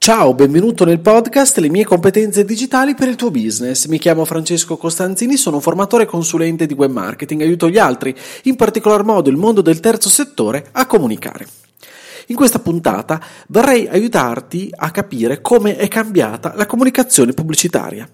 Ciao, benvenuto nel podcast Le mie competenze digitali per il tuo business. Mi chiamo Francesco Costanzini, sono un formatore e consulente di web marketing, aiuto gli altri, in particolar modo il mondo del terzo settore, a comunicare. In questa puntata vorrei aiutarti a capire come è cambiata la comunicazione pubblicitaria.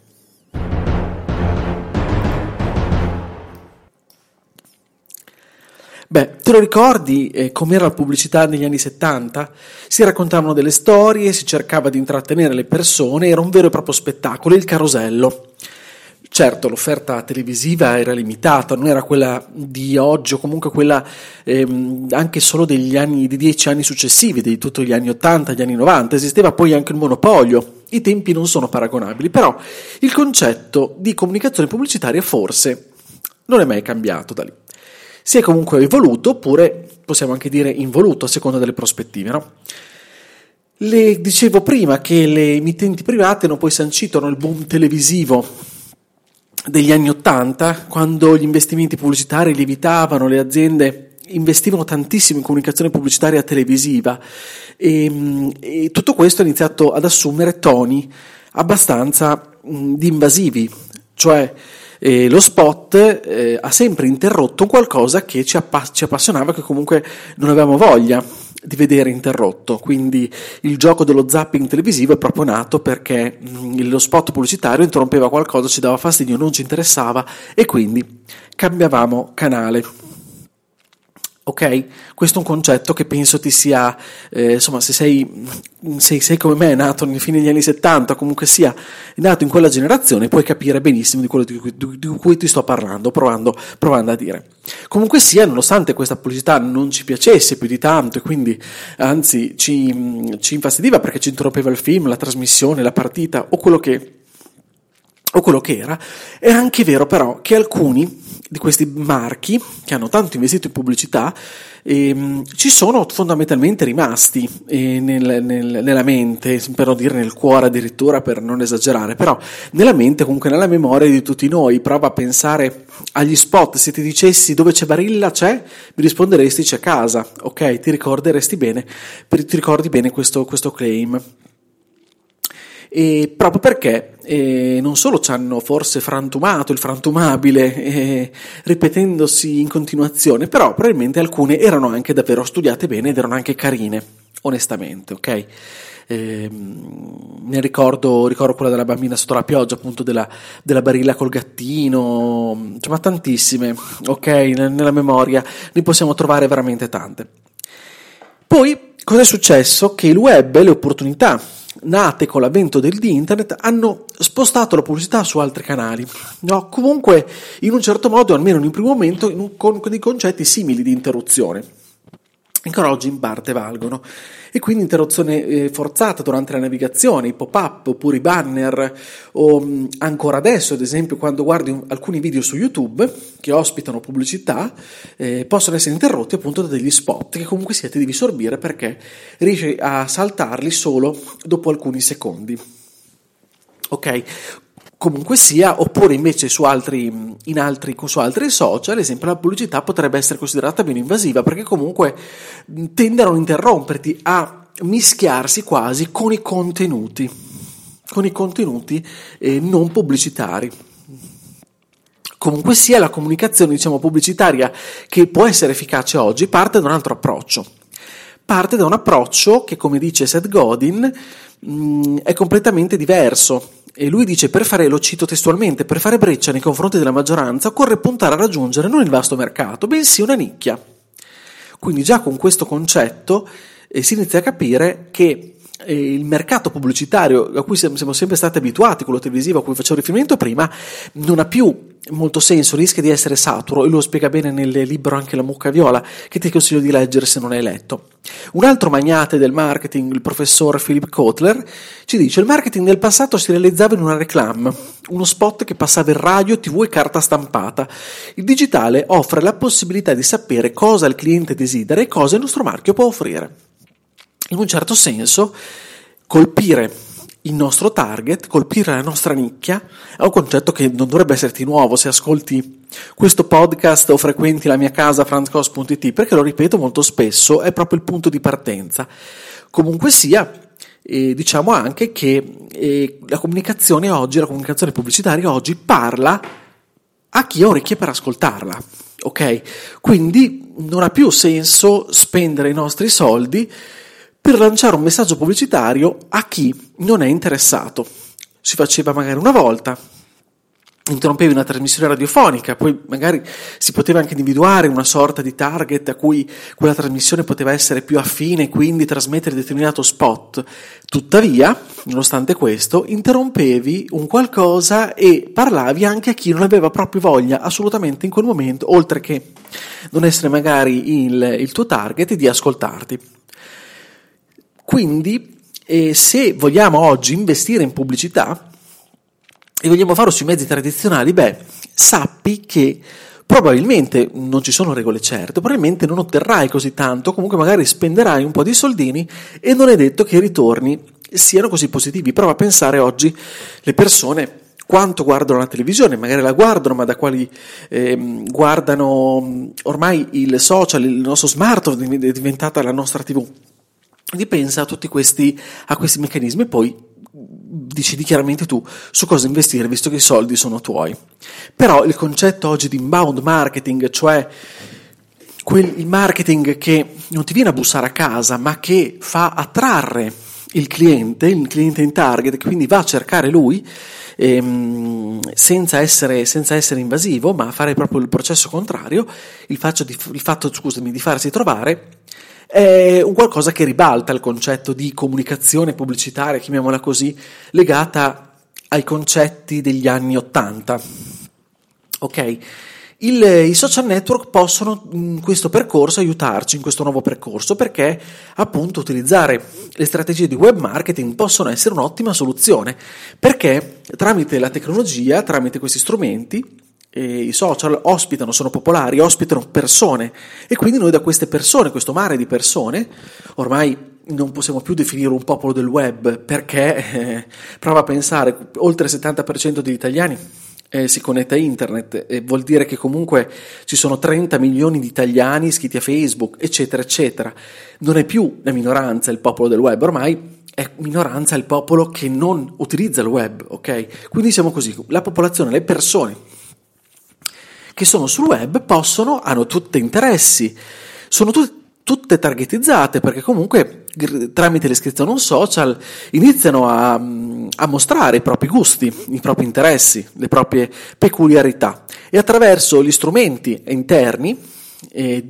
Te lo ricordi com'era la pubblicità negli anni 70? Si raccontavano delle storie, si cercava di intrattenere le persone, era un vero e proprio spettacolo, il carosello. Certo, l'offerta televisiva era limitata, non era quella di oggi o comunque quella anche solo degli anni, di 10 anni successivi, di tutti gli anni 80, gli anni 90, esisteva poi anche il monopolio. I tempi non sono paragonabili, però il concetto di comunicazione pubblicitaria forse non è mai cambiato da lì. Si è comunque evoluto, oppure possiamo anche dire involuto, a seconda delle prospettive, no? Le dicevo prima che le emittenti private hanno poi sancito il boom televisivo degli anni 80, quando gli investimenti pubblicitari lievitavano, le aziende investivano tantissimo in comunicazione pubblicitaria televisiva e tutto questo ha iniziato ad assumere toni abbastanza di invasivi, cioè lo spot ha sempre interrotto qualcosa che ci appassionava, che comunque non avevamo voglia di vedere interrotto. Quindi il gioco dello zapping televisivo è proprio nato perché lo spot pubblicitario interrompeva qualcosa, ci dava fastidio, non ci interessava e quindi cambiavamo canale. Ok? Questo è un concetto che penso ti sia, se sei come me, nato nella fine degli anni 70, comunque sia nato in quella generazione, puoi capire benissimo di quello di cui ti sto parlando, provando a dire. Comunque sia, nonostante questa pubblicità non ci piacesse più di tanto e quindi anzi ci infastidiva perché ci interrompeva il film, la trasmissione, la partita o quello che era, è anche vero però che alcuni di questi marchi che hanno tanto investito in pubblicità ci sono fondamentalmente rimasti nella mente, per non dire nel cuore addirittura, per non esagerare, però nella mente, comunque nella memoria di tutti noi. Prova a pensare agli spot: se ti dicessi dove c'è Barilla c'è, mi risponderesti c'è casa, ok? Ti ricordi bene questo claim. E proprio perché non solo ci hanno forse frantumato il frantumabile ripetendosi in continuazione, però probabilmente alcune erano anche davvero studiate bene ed erano anche carine, onestamente, ok? Ne ricordo quella della bambina sotto la pioggia, appunto della Barilla col gattino, ma tantissime, ok? Nella memoria ne possiamo trovare veramente tante. Poi cosa è successo? Che il web e le opportunità nate con l'avvento di internet hanno spostato la pubblicità su altri canali, no? Comunque in un certo modo, almeno in un primo momento, con dei concetti simili di interruzione, ancora oggi in parte valgono, e quindi interruzione forzata durante la navigazione, i pop-up oppure i banner, o ancora adesso, ad esempio, quando guardi alcuni video su YouTube che ospitano pubblicità, possono essere interrotti appunto da degli spot che comunque sia ti devi sorbire perché riesci a saltarli solo dopo alcuni secondi. Ok? Comunque sia, oppure invece su altri social, ad esempio, la pubblicità potrebbe essere considerata meno invasiva perché comunque tende a non interromperti, a mischiarsi quasi con i contenuti non pubblicitari. Comunque sia, la comunicazione, pubblicitaria che può essere efficace oggi parte da un altro approccio. Parte da un approccio che, come dice Seth Godin, è completamente diverso. E lui dice, lo cito testualmente, per fare breccia nei confronti della maggioranza occorre puntare a raggiungere non il vasto mercato, bensì una nicchia. Quindi già con questo concetto si inizia a capire che il mercato pubblicitario a cui siamo sempre stati abituati, quello televisivo a cui facevo riferimento prima, non ha più molto senso, rischia di essere saturo, e lo spiega bene nel libro anche La mucca viola, che ti consiglio di leggere se non hai letto. Un altro magnate del marketing, il professor Philip Kotler, ci dice: il marketing del passato si realizzava in una reclame, uno spot che passava in radio, TV e carta stampata. Il digitale offre la possibilità di sapere cosa il cliente desidera e cosa il nostro marchio può offrire. In un certo senso, colpire il nostro target, colpire la nostra nicchia, è un concetto che non dovrebbe esserti nuovo se ascolti questo podcast o frequenti la mia casa franzcos.it, perché lo ripeto molto spesso, è proprio il punto di partenza. Comunque sia, diciamo anche che la comunicazione pubblicitaria oggi parla a chi ha orecchie per ascoltarla, ok? Quindi non ha più senso spendere i nostri soldi per lanciare un messaggio pubblicitario a chi non è interessato. Si faceva magari una volta, interrompevi una trasmissione radiofonica, poi magari si poteva anche individuare una sorta di target a cui quella trasmissione poteva essere più affine, quindi trasmettere determinato spot. Tuttavia, nonostante questo, interrompevi un qualcosa e parlavi anche a chi non aveva proprio voglia assolutamente in quel momento, oltre che non essere magari il tuo target, di ascoltarti. Quindi, se vogliamo oggi investire in pubblicità e vogliamo farlo sui mezzi tradizionali, sappi che probabilmente non ci sono regole certe, probabilmente non otterrai così tanto, comunque magari spenderai un po' di soldini e non è detto che i ritorni siano così positivi. Prova a pensare oggi le persone quanto guardano la televisione, magari la guardano, ma da quali guardano ormai il social, il nostro smartphone è diventata la nostra TV. Quindi pensa a tutti questi meccanismi e poi decidi chiaramente tu su cosa investire, visto che i soldi sono tuoi. Però il concetto oggi di inbound marketing, cioè il marketing che non ti viene a bussare a casa, ma che fa attrarre il cliente in target, che quindi va a cercare lui, senza essere invasivo, ma a fare proprio il processo contrario, il fatto di farsi trovare, è un qualcosa che ribalta il concetto di comunicazione pubblicitaria, chiamiamola così, legata ai concetti degli anni '80. Ok? I social network possono in questo percorso aiutarci, in questo nuovo percorso, perché appunto utilizzare le strategie di web marketing possono essere un'ottima soluzione, perché tramite la tecnologia, tramite questi strumenti, i social sono popolari, ospitano persone, e quindi noi da queste persone, questo mare di persone, ormai non possiamo più definire un popolo del web, perché prova a pensare, oltre il 70% degli italiani si connette a internet, e vuol dire che comunque ci sono 30 milioni di italiani iscritti a Facebook, eccetera eccetera. Non è più la minoranza il popolo del web, ormai è minoranza il popolo che non utilizza il web, ok? Quindi siamo così, la popolazione, le persone che sono sul web hanno tutti interessi, sono tutte targetizzate, perché comunque tramite l'iscrizione a un social iniziano a mostrare i propri gusti, i propri interessi, le proprie peculiarità, e attraverso gli strumenti interni e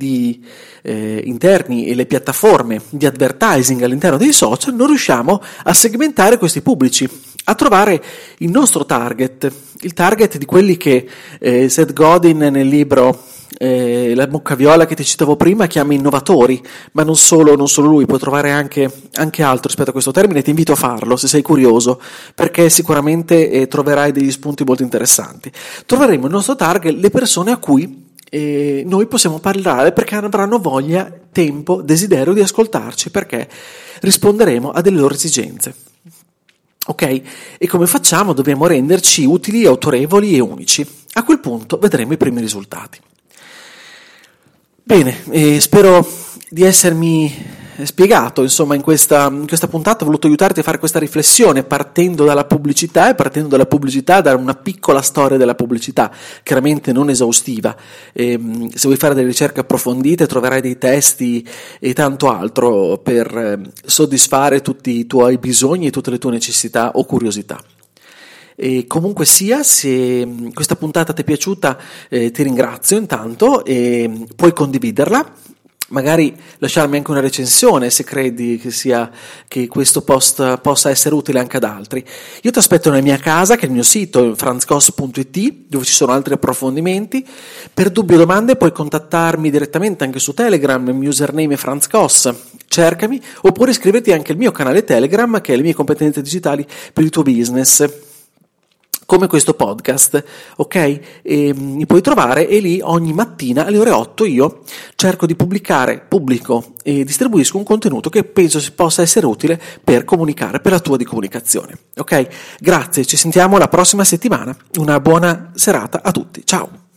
le piattaforme di advertising all'interno dei social noi riusciamo a segmentare questi pubblici, a trovare il nostro target, il target di quelli che Seth Godin nel libro La mucca viola che ti citavo prima chiama innovatori, ma non solo lui, puoi trovare anche altro rispetto a questo termine. Ti invito a farlo se sei curioso, perché sicuramente troverai degli spunti molto interessanti. Troveremo il nostro target, le persone a cui noi possiamo parlare, perché avranno voglia, tempo, desiderio di ascoltarci, perché risponderemo a delle loro esigenze. Ok? E come facciamo? Dobbiamo renderci utili, autorevoli e unici. A quel punto vedremo i primi risultati. Bene, spero di essermi spiegato, insomma, in questa puntata ho voluto aiutarti a fare questa riflessione partendo dalla pubblicità da una piccola storia della pubblicità, chiaramente non esaustiva. Se vuoi fare delle ricerche approfondite troverai dei testi e tanto altro per soddisfare tutti i tuoi bisogni e tutte le tue necessità o curiosità. E comunque sia, se questa puntata ti è piaciuta, ti ringrazio intanto, e puoi condividerla, magari lasciarmi anche una recensione se credi che questo post possa essere utile anche ad altri. Io ti aspetto nella mia casa, che è il mio sito franzcos.it, dove ci sono altri approfondimenti. Per dubbi o domande puoi contattarmi direttamente anche su Telegram, il mio username è franzcos, cercami, oppure iscriverti anche al mio canale Telegram, che è le mie competenze digitali per il tuo business, come questo podcast, ok? Mi puoi trovare, e lì ogni mattina alle ore 8 io cerco di pubblico e distribuisco un contenuto che penso possa essere utile per comunicare, per la tua di comunicazione, ok? Grazie, ci sentiamo la prossima settimana, una buona serata a tutti, ciao!